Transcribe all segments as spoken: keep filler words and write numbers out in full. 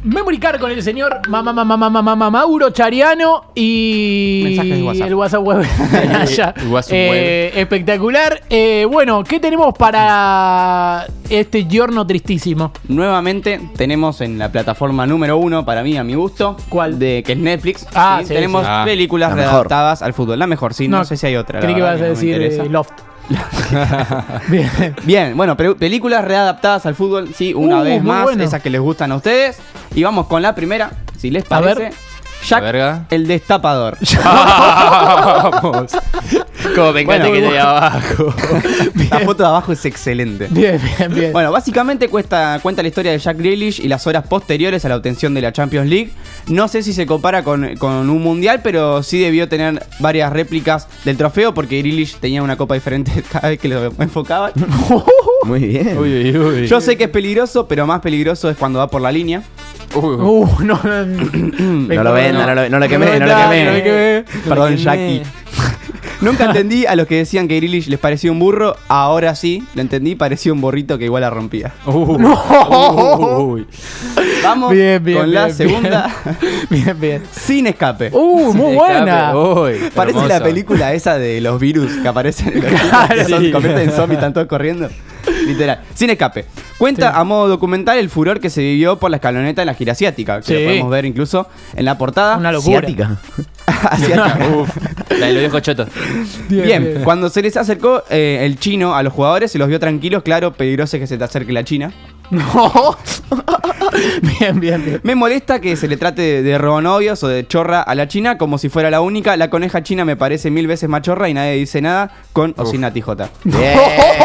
Memory Card con el señor Mamá Mamá Mamá Mamá Mauro Chariano y mensajes de WhatsApp. el WhatsApp web. Allá. El WhatsApp eh, espectacular. Eh, bueno, ¿qué tenemos para este giorno tristísimo? Nuevamente tenemos en la plataforma número uno, para mí, a mi gusto. ¿Cuál? De, que es Netflix. Ah, sí, tenemos sí. Ah, películas la mejor. readaptadas al fútbol. La mejor, sí. No, sé si hay otra. Creí que la ibas a verdad que no me decir interesa. eh, Loft. Bien. Bien, bueno, pe- películas readaptadas al fútbol, sí, una Uh, vez muy más, bueno. esas que les gustan a ustedes. Y vamos con la primera, si les A ver. parece. Jack, La verga. el destapador. Vamos. Como me encanta Bueno, que esté ahí bueno. abajo. La foto de abajo es excelente. Bien, bien, bien. Bueno, básicamente cuesta, cuenta la historia de Jack Grealish y las horas posteriores a la obtención de la Champions League. No sé si se compara con, con un mundial, pero sí debió tener varias réplicas del trofeo porque Grealish tenía una copa diferente cada vez que lo enfocaban. Muy bien. Uy, uy, uy. Yo sé que es peligroso, pero más peligroso es cuando va por la línea. Uy, uy. Uh, no, no, No lo venda, no lo, no lo quemé, no lo vendá, quemé. no lo quemé. Perdón, quemé. Jackie. Nunca entendí a los que decían que Grealish les parecía un burro. Ahora sí, lo entendí, parecía un burrito que igual la rompía. Uh, uy. Vamos Bien, bien, con la bien, segunda. Bien, bien. Sin escape. Uh, muy Sin buena. escape. Uy, Parece hermoso. la película esa de los virus que aparecen en los Claro, que son- sí. convierten en zombies, están todos corriendo. Literal. Sin escape. Cuenta Sí. a modo documental el furor que se vivió por la escaloneta en la gira asiática. Que Sí. lo podemos ver incluso en la portada. Una locura. Asiática. Asiática. Uf, la de los viejos chotos. Bien, cuando se les acercó eh, el chino a los jugadores, se los vio tranquilos. Claro, peligroso es que se te acerque la China. No. Bien, bien, bien. Me molesta que se le trate de, de robonovios o de chorra a la China como si fuera la única. La coneja china me parece mil veces más chorra y nadie dice nada con o sin Nati J. Bien.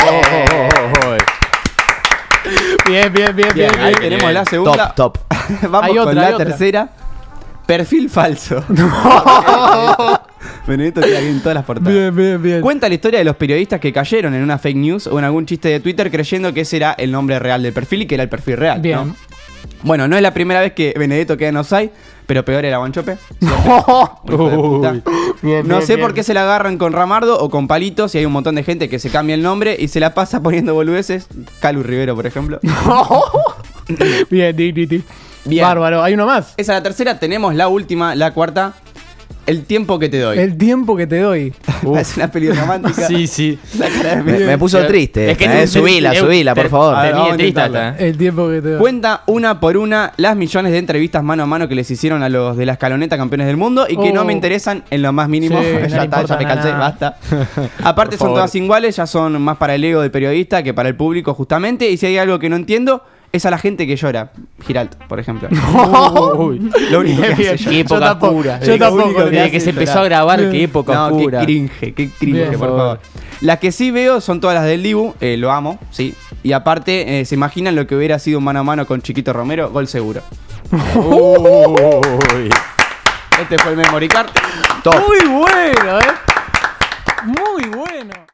Bien, bien, bien, Bien, bien. ahí bien. tenemos la segunda. Top, top. Vamos Hay con otra, la hay otra. tercera. Perfil falso. Benedetto queda bien en todas las portadas. Bien, bien, bien. Cuenta la historia de los periodistas que cayeron en una fake news o en algún chiste de Twitter creyendo que ese era el nombre real del perfil y que era el perfil real. Bien. ¿no? Bueno, no es la primera vez que Benedetto queda en offside, pero peor era Guanchope. Uy. Bien, No bien, sé bien. por qué se la agarran con Ramardo o con Palitos y hay un montón de gente que se cambia el nombre y se la pasa poniendo boludeces. Calu Rivero, por ejemplo. Bien, Dignity. Bien. Bárbaro. ¿Hay uno más? Esa es la tercera, tenemos la última, la cuarta. El tiempo que te doy. El tiempo que te doy. Es una peli romántica. Sí, sí. La cara de Me, Benedetto. me puso triste. Es que esta, eh. te- Subila, te- subila, te- por favor. A ver, Tenía vamos a triste intentarlo. hasta, ¿eh? El tiempo que te doy. Cuenta una por una las millones de entrevistas mano a mano que les hicieron a los de la escaloneta campeones del mundo y que Oh. no me interesan en lo más mínimo. Sí, no ya le está, importa ya me cansé, nada. basta. Aparte Por son favor. todas iguales, ya son más para el ego del periodista que para el público justamente. Y si hay algo que no entiendo, es a la gente que llora. Giralt, por ejemplo. Uy. Lo único que Bien, hace bien. llorar. Qué Yo época tampoco, oscura. yo Desde que- tampoco. Desde que se empezó a grabar, qué época No, oscura. qué cringe, qué cringe, Bien. por favor. Las que sí veo son todas las del Dibu, eh, lo amo, sí. Y aparte, eh, ¿se imaginan lo que hubiera sido mano a mano con Chiquito Romero? Gol seguro. Uy. Este fue el Memory Card. Top. Muy bueno, ¿eh? Muy bueno.